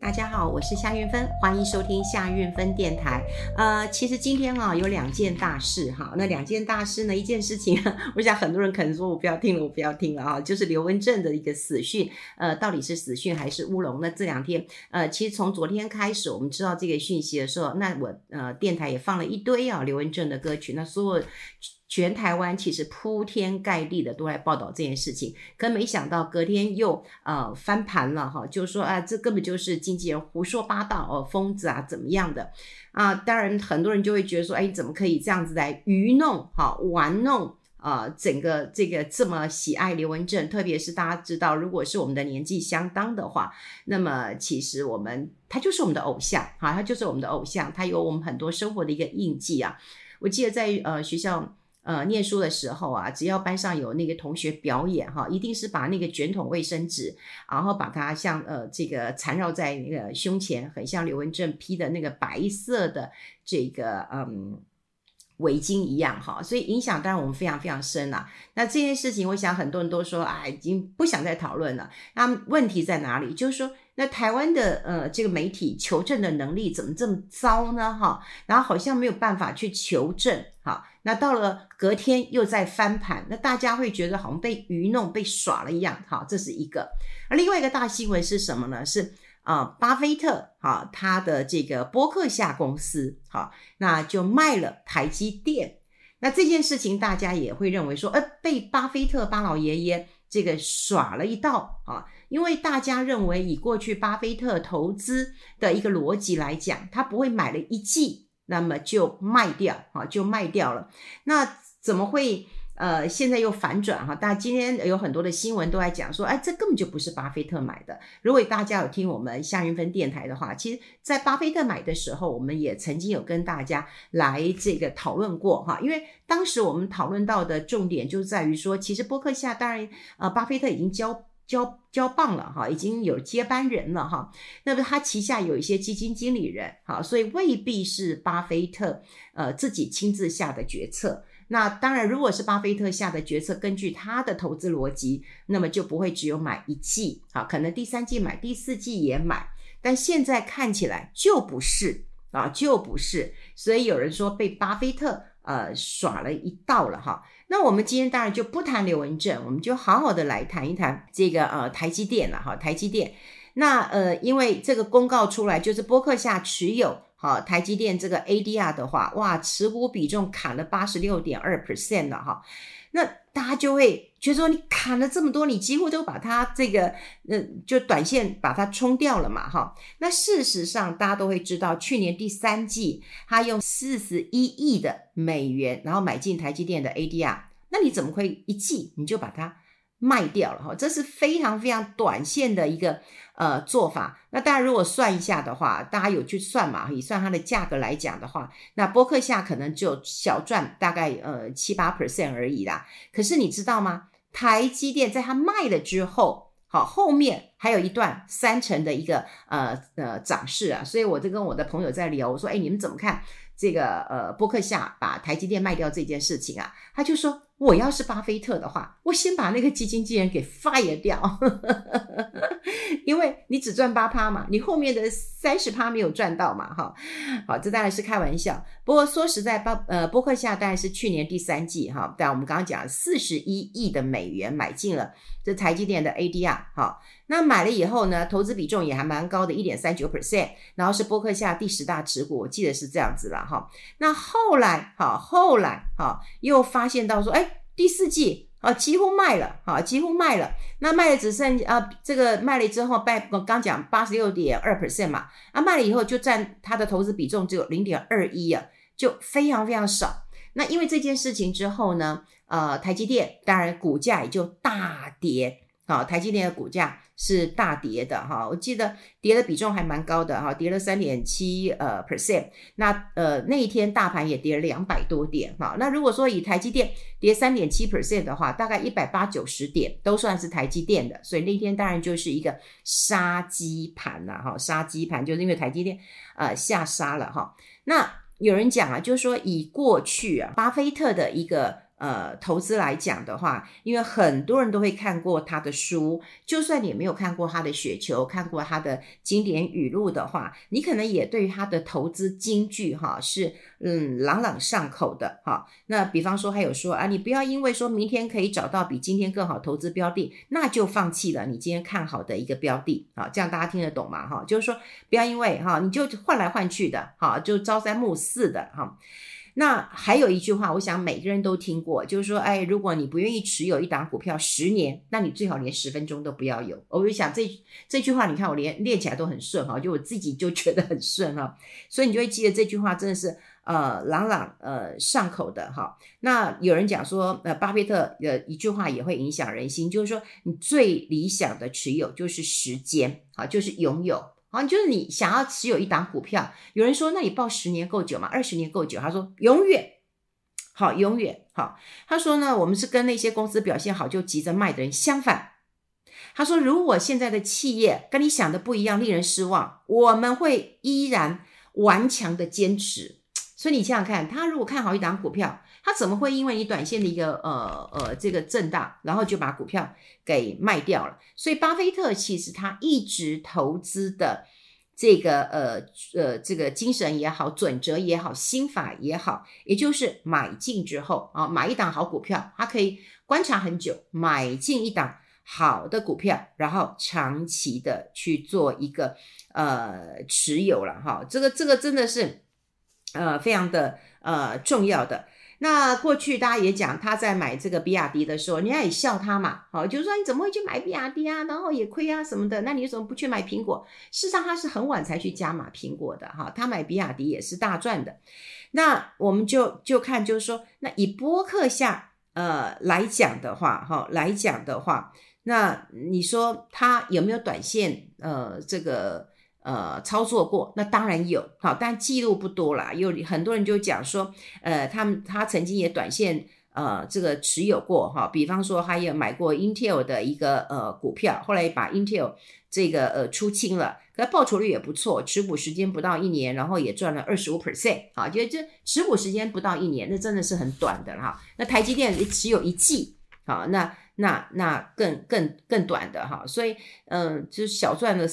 大家好，我是夏运芬，欢迎收听夏运芬电台。其实今天有两件大事哈，那两件大事呢，一件事情，我想很多人可能说我不要听了就是刘文正的一个死讯，到底是死讯还是乌龙？那这两天，其实从昨天开始，我们知道这个讯息的时候，那我电台也放了一堆刘文正的歌曲，那所有全台湾其实铺天盖地的都在报道这件事情，可没想到隔天又翻盘了哈，就是说这根本就是经纪人胡说八道疯子怎么样的当然很多人就会觉得说怎么可以这样子来愚弄玩弄整个这个这么喜爱刘文正，特别是大家知道如果是我们的年纪相当的话，那么其实他就是我们的偶像他就是我们的偶像，他有我们很多生活的一个印记我记得在学校念书的时候只要班上有那个同学表演一定是把那个卷筒卫生纸，然后把它像这个缠绕在那个胸前，很像刘文正披的那个白色的这个围巾一样所以影响当然我们非常非常深那这件事情我想很多人都说已经不想再讨论了。那问题在哪里？就是说那台湾的这个媒体求证的能力怎么这么糟呢然后好像没有办法去求证那到了隔天又在翻盘，那大家会觉得好像被愚弄被耍了一样这是一个。另外一个大新闻是什么呢？是巴菲特他的这个波克夏公司那就卖了台积电。那这件事情大家也会认为说被巴菲特巴老爷爷这个耍了一道因为大家认为以过去巴菲特投资的一个逻辑来讲，他不会买了一季那么就卖掉了。那怎么会现在又反转大家今天有很多的新闻都在讲说这根本就不是巴菲特买的。如果大家有听我们夏云芬电台的话，其实在巴菲特买的时候，我们也曾经有跟大家来这个讨论过因为当时我们讨论到的重点就在于说，其实波克夏当然巴菲特已经交棒了已经有接班人了那么他旗下有一些基金经理人所以未必是巴菲特自己亲自下的决策。那当然如果是巴菲特下的决策，根据他的投资逻辑，那么就不会只有买一季可能第三季买，第四季也买，但现在看起来就不是所以有人说被巴菲特耍了一道了那我们今天当然就不谈刘文正，我们就好好的来谈一谈这个台积电了台积电。那因为这个公告出来，就是波克夏持有台积电这个 ADR 的话，哇，持股比重砍了 86.2% 了那大家就会觉得说，你砍了这么多，你几乎都把它这个就短线把它冲掉了嘛那事实上大家都会知道，去年第三季他用41亿的美元然后买进台积电的 ADR， 那你怎么会一季你就把它卖掉了这是非常非常短线的一个做法。那大家如果算一下的话，大家有去算嘛，以算它的价格来讲的话，那波克夏可能就小赚大概7-8% 而已啦。可是你知道吗？台积电在它卖了之后后面还有一段30%的一个涨势所以我就跟我的朋友在聊，我说你们怎么看这个波克夏把台积电卖掉这件事情他就说，我要是巴菲特的话，我先把那个基金经理人给 fire 掉因为你只赚 8% 嘛，你后面的 30% 没有赚到嘛好，这当然是开玩笑。不过说实在波克夏当然是去年第三季但我们刚刚讲41亿的美元买进了这台积电的 ADR 那买了以后呢，投资比重也还蛮高的 1.39%， 然后是波克夏第10大持股，我记得是这样子啦那后来又发现到说第四季几乎卖了那卖了只剩这个卖了之后我刚讲 86.2% 嘛卖了以后就占它的投资比重只有 0.21 就非常非常少。那因为这件事情之后呢台积电当然股价也就大跌台积电的股价是大跌的我记得跌的比重还蛮高的跌了 3.7%。那一天大盘也跌了200多点那如果说以台积电跌 3.7% 的话，大概180-190点都算是台积电的，所以那天当然就是一个杀鸡盘杀鸡盘就是因为台积电下杀了那有人讲就是说以过去巴菲特的一个投资来讲的话，因为很多人都会看过他的书，就算你没有看过他的雪球，看过他的经典语录的话，你可能也对他的投资金句是朗朗上口的那比方说还有说你不要因为说明天可以找到比今天更好投资标的，那就放弃了你今天看好的一个标的这样大家听得懂吗就是说不要因为你就换来换去的就朝三暮四的那还有一句话我想每个人都听过，就是说如果你不愿意持有一档股票10年，那你最好连10分钟都不要有。我就想这句话你看我连练起来都很顺就我自己就觉得很顺所以你就会记得这句话真的是朗朗上口的那有人讲说巴菲特一句话也会影响人心，就是说你最理想的持有就是时间就是拥有就是你想要持有一档股票，有人说那你抱10年够久吗？20年够久？他说永远永远他说呢，我们是跟那些公司表现好就急着卖的人相反，他说如果现在的企业跟你想的不一样，令人失望，我们会依然顽强的坚持。所以你想想看，他如果看好一档股票，他怎么会因为你短线的一个这个震荡，然后就把股票给卖掉了？所以巴菲特其实他一直投资的这个这个精神也好，准则也好，心法也好，也就是买进之后买一档好股票，他可以观察很久，买进一档好的股票，然后长期的去做一个持有了这个真的是非常的重要的。那过去大家也讲他在买这个比亚迪的时候，人家也笑他嘛就是说你怎么会去买比亚迪然后也亏什么的，那你为什么不去买苹果？事实上他是很晚才去加码苹果的他买比亚迪也是大赚的。那我们就看就是说，那以波克夏来讲的话那你说他有没有短线这个操作过？那当然有但记录不多啦。有很多人就讲说他曾经也短线这个持有过比方说他也买过 Intel 的一个股票，后来把 Intel 这个出清了，可是报酬率也不错，持股时间不到1年，然后也赚了 25%觉得这持股时间不到1年那真的是很短的那台积电持有1季那更短的所以就是小赚了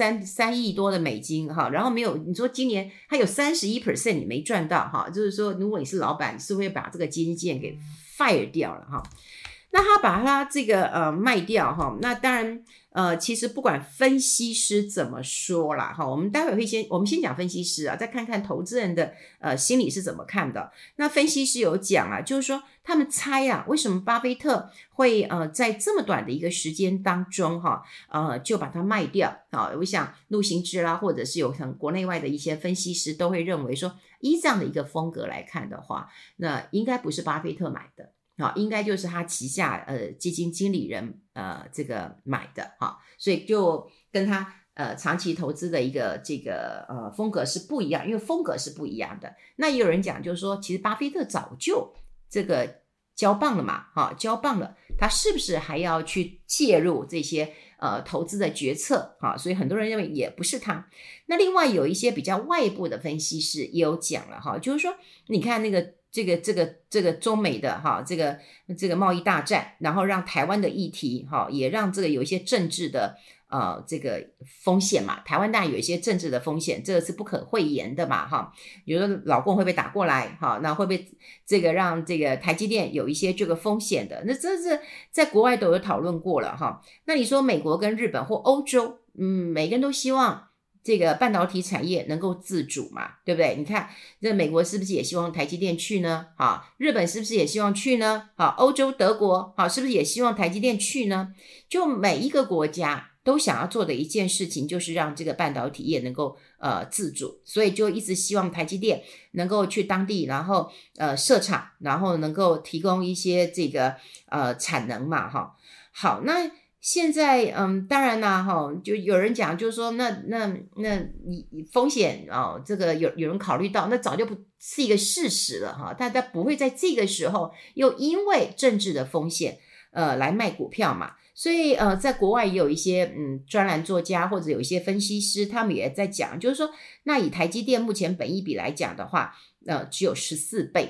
3亿多的美金然后没有，你说今年它有31% 你没赚到就是说如果你是老板，你是会把这个基金给 fire 掉了那他把它这个卖掉那当然其实不管分析师怎么说啦我们待会我们先讲分析师再看看投资人的心理是怎么看的。那分析师有讲就是说他们猜为什么巴菲特会在这么短的一个时间当中就把它卖掉我想陆行之啦，或者是有国内外的一些分析师都会认为说，依这样的一个风格来看的话，那应该不是巴菲特买的应该就是他旗下基金经理人这个买的所以就跟他长期投资的一个这个风格是不一样，因为风格是不一样的。那也有人讲就是说，其实巴菲特早就这个交棒了嘛交棒了，他是不是还要去介入这些投资的决策所以很多人认为也不是他。那另外有一些比较外部的分析师也有讲了就是说你看那个这个中美的这个贸易大战，然后让台湾的议题也让这个有一些政治的这个风险嘛，台湾当然有一些政治的风险，这个是不可讳言的嘛比如说老共会被打过来那会不会这个让这个台积电有一些这个风险的，那这是在国外都有讨论过了那你说美国跟日本或欧洲每个人都希望这个半导体产业能够自主嘛，对不对？你看这美国是不是也希望台积电去呢日本是不是也希望去呢欧洲德国是不是也希望台积电去呢？就每一个国家都想要做的一件事情就是让这个半导体业能够自主，所以就一直希望台积电能够去当地，然后设厂，然后能够提供一些这个产能嘛好，那现在当然啦就有人讲就是说那你风险这个有人考虑到，那早就不是一个事实了大家不会在这个时候又因为政治的风险来卖股票嘛。所以在国外也有一些专栏作家或者有一些分析师，他们也在讲就是说，那以台积电目前本益比来讲的话只有14倍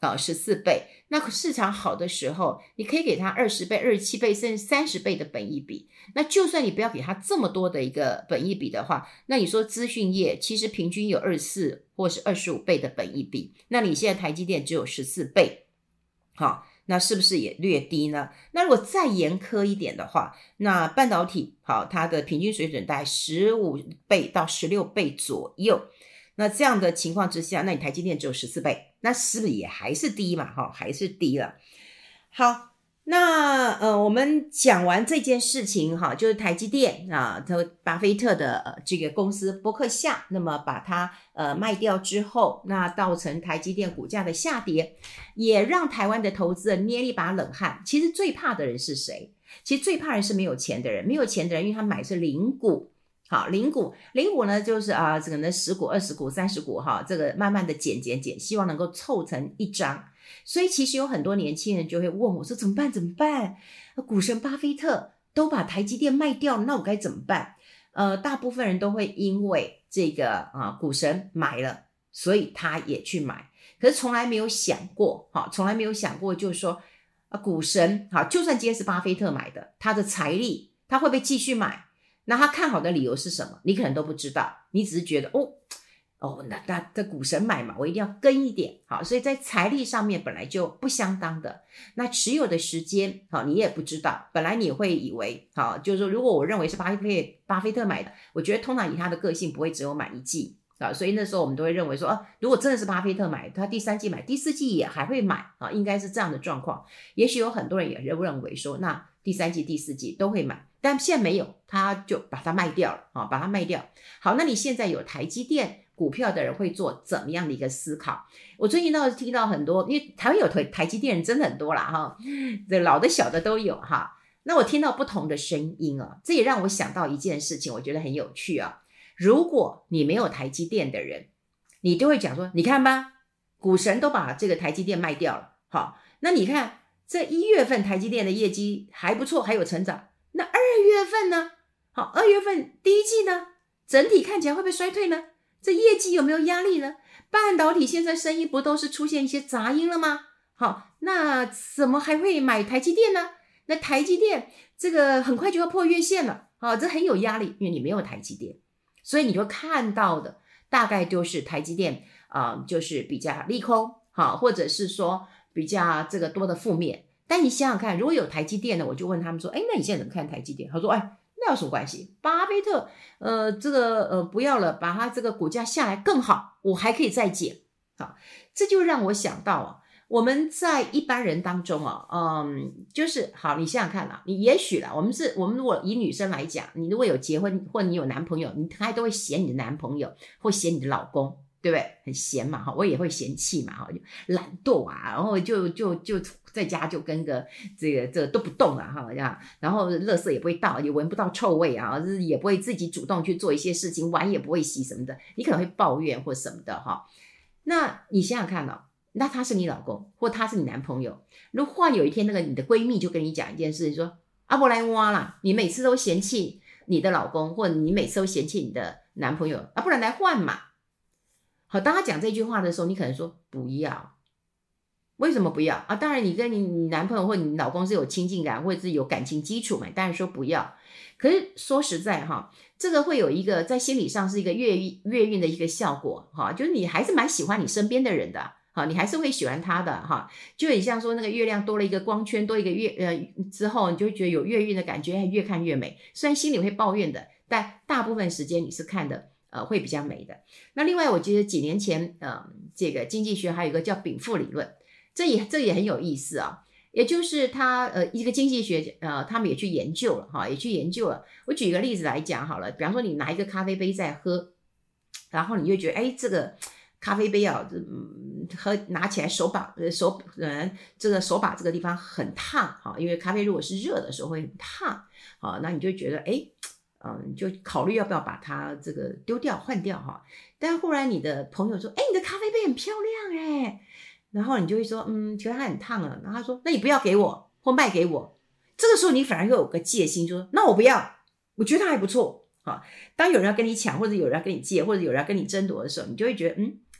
14倍。那市场好的时候，你可以给它20倍、27倍甚至30倍的本益比。那就算你不要给它这么多的一个本益比的话，那你说资讯业其实平均有24或是25倍的本益比，那你现在台积电只有14倍，好，那是不是也略低呢？那如果再严苛一点的话，那半导体好，它的平均水准大概15倍到16倍左右。那这样的情况之下，那你台积电只有14倍，那是不是也还是低嘛？还是低了。好，那我们讲完这件事情就是台积电巴菲特的这个公司伯克夏，那么把它卖掉之后，那造成台积电股价的下跌，也让台湾的投资人捏一把冷汗。其实最怕的人是谁？其实最怕人是没有钱的人，没有钱的人，因为他买是零股。好，零股呢就是这个呢10股、20股、30股这个慢慢的减，希望能够凑成一张。所以其实有很多年轻人就会问我说怎么办？股神巴菲特都把台积电卖掉了，那我该怎么办？大部分人都会因为这个股神买了，所以他也去买，可是从来没有想过就是说股神就算今天是巴菲特买的，他的财力他会不会继续买？那他看好的理由是什么？你可能都不知道，你只是觉得那这股神买嘛，我一定要跟一点。好，所以在财力上面本来就不相当的，那持有的时间你也不知道。本来你会以为就是说如果我认为是巴菲特买的，我觉得通常以他的个性不会只有买一季所以那时候我们都会认为说如果真的是巴菲特买，他第3季买，第4季也还会买应该是这样的状况。也许有很多人也认为说那第3季、第4季都会买，但现在没有，他就把它卖掉了把它卖掉。好，那你现在有台积电股票的人会做怎么样的一个思考？我最近倒是听到很多，因为台湾有台积电人真的很多啦这老的小的都有那我听到不同的声音这也让我想到一件事情，我觉得很有趣如果你没有台积电的人，你就会讲说，你看吧，股神都把这个台积电卖掉了。好，那你看这1月份台积电的业绩还不错，还有成长。那2月份呢？好，2月份第一季呢，整体看起来会不会衰退呢？这业绩有没有压力呢？半导体现在生意不都是出现一些杂音了吗？好，那怎么还会买台积电呢？那台积电这个很快就要破月线了这很有压力，因为你没有台积电，所以你就看到的大概就是台积电就是比较利空或者是说比较这个多的负面。但你想想看，如果有台积电的，我就问他们说那你现在怎么看台积电？他说那有什么关系？巴菲特这个不要了，把它这个股价下来更好，我还可以再减。好，这就让我想到我们在一般人当中就是好，你想想看你也许啦，我们如果以女生来讲，你如果有结婚或你有男朋友，你大概都会嫌你的男朋友或嫌你的老公，对不对？很闲嘛我也会嫌弃嘛懒惰然后就在家就跟个这个都不动然后垃圾也不会倒，也闻不到臭味也不会自己主动去做一些事情，碗也不会洗什么的，你可能会抱怨或什么的那你想想看那他是你老公或他是你男朋友，如果有一天那个你的闺蜜就跟你讲一件事，说不然挖啦，你每次都嫌弃你的老公，或者你每次都嫌弃你的男朋友不然来换嘛。好，当他讲这句话的时候，你可能说不要。为什么不要当然你跟你男朋友或你老公是有亲近感或者是有感情基础嘛，当然说不要。可是说实在这个会有一个在心理上是一个月运的一个效果就是你还是蛮喜欢你身边的人的你还是会喜欢他的就很像说那个月亮多了一个光圈，多一个月之后，你就会觉得有月运的感觉，越看越美。虽然心里会抱怨的，但大部分时间你是看的会比较美的。那另外我觉得几年前这个经济学还有一个叫禀赋理论，这也很有意思也就是他一个经济学他们也去研究了我举一个例子来讲好了，比方说你拿一个咖啡杯在喝，然后你就觉得这个咖啡杯拿起来手把这个地方很烫因为咖啡如果是热的时候会很烫那你就觉得你就考虑要不要把它这个丢掉换掉但忽然你的朋友说你的咖啡杯很漂亮然后你就会说觉得它很烫了，然后他说那你不要给我或卖给我，这个时候你反而又有个戒心，说那我不要，我觉得它还不错当有人要跟你抢或者有人要跟你借或者有人要跟你争夺的时候，你就会觉得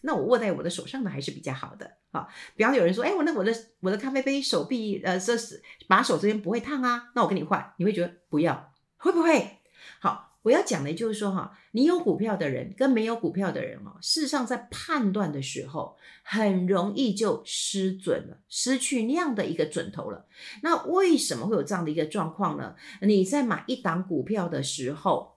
那我握在我的手上的还是比较好的啊。比方有人说，我的咖啡杯手臂这把手这边不会烫啊，那我跟你换，你会觉得不要，会不会？好，我要讲的就是说你有股票的人跟没有股票的人事实上在判断的时候很容易就失准了，失去那样的一个准头了。那为什么会有这样的一个状况呢？你在买一档股票的时候，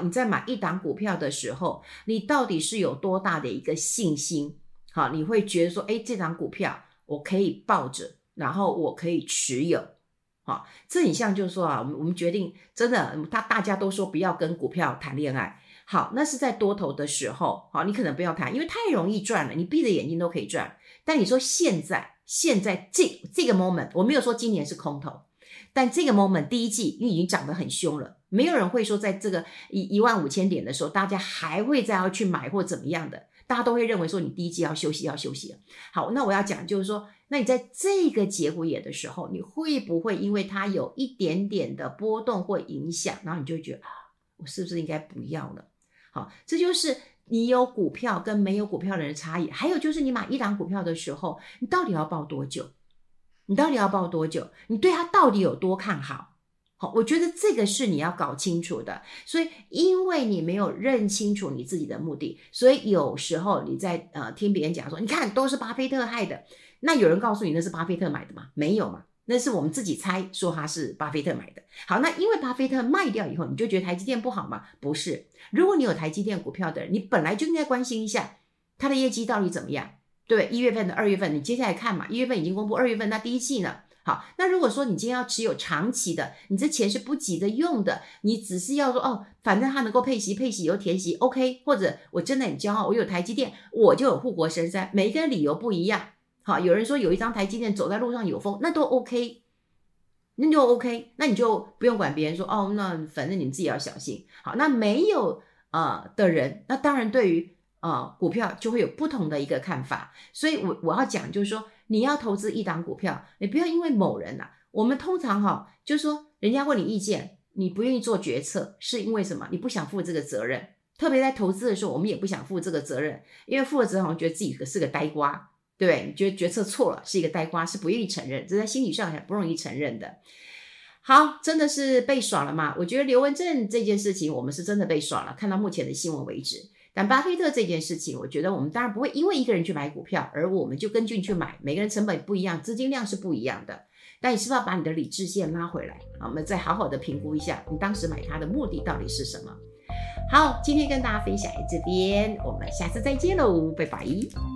你到底是有多大的一个信心？好，你会觉得说，这档股票我可以抱着，然后我可以持有。好，这很像就是说我们决定真的，大家都说不要跟股票谈恋爱。好，那是在多头的时候，好，你可能不要谈，因为太容易赚了，你闭着眼睛都可以赚。但你说现在这个 moment， 我没有说今年是空头，但这个 moment 第一季因为已经涨得很凶了，没有人会说在这个15000点的时候，大家还会再要去买或怎么样的，大家都会认为说你第一季要休息了。好，那我要讲就是说，那你在这个节骨眼的时候，你会不会因为它有一点点的波动或影响，然后你就会觉得我是不是应该不要了？好，这就是你有股票跟没有股票的人的差异。还有就是你买一档股票的时候，你到底要抱多久？你对它到底有多看好？好，我觉得这个是你要搞清楚的。所以因为你没有认清楚你自己的目的，所以有时候你在听别人讲说，你看都是巴菲特害的，那有人告诉你那是巴菲特买的吗？没有嘛，那是我们自己猜说他是巴菲特买的。好，那因为巴菲特卖掉以后，你就觉得台积电不好吗？不是，如果你有台积电股票的人，你本来就应该关心一下他的业绩到底怎么样，对，1月份的2月份你接下来看嘛，1月份已经公布，2月份那第一季呢。好，那如果说你今天要持有长期的，你这钱是不急着用的，你只是要说反正它能够配息又填息 OK， 或者我真的很骄傲，我有台积电我就有护国神山，每一个人理由不一样。好，有人说有一张台积电走在路上有风，那都 OK， 那就 OK， 那你就不用管别人说那反正你们自己要小心。好，那没有的人，那当然对于股票就会有不同的一个看法。所以我要讲就是说，你要投资一档股票，你不要因为某人我们通常就是说人家问你意见，你不愿意做决策，是因为什么？你不想负这个责任。特别在投资的时候，我们也不想负这个责任，因为负了责任好像觉得自己是个呆瓜，对不对？你觉得决策错了是一个呆瓜，是不愿意承认，这在心理上很不容易承认的。好，真的是被耍了吗？我觉得刘文正这件事情我们是真的被耍了，看到目前的新闻为止。但巴菲特这件事情，我觉得我们当然不会因为一个人去买股票，而我们就跟进去买，每个人成本不一样，资金量是不一样的。但你是不是要把你的理智线拉回来？我们再好好的评估一下，你当时买它的目的到底是什么？好，今天跟大家分享这边，我们下次再见喽，拜拜。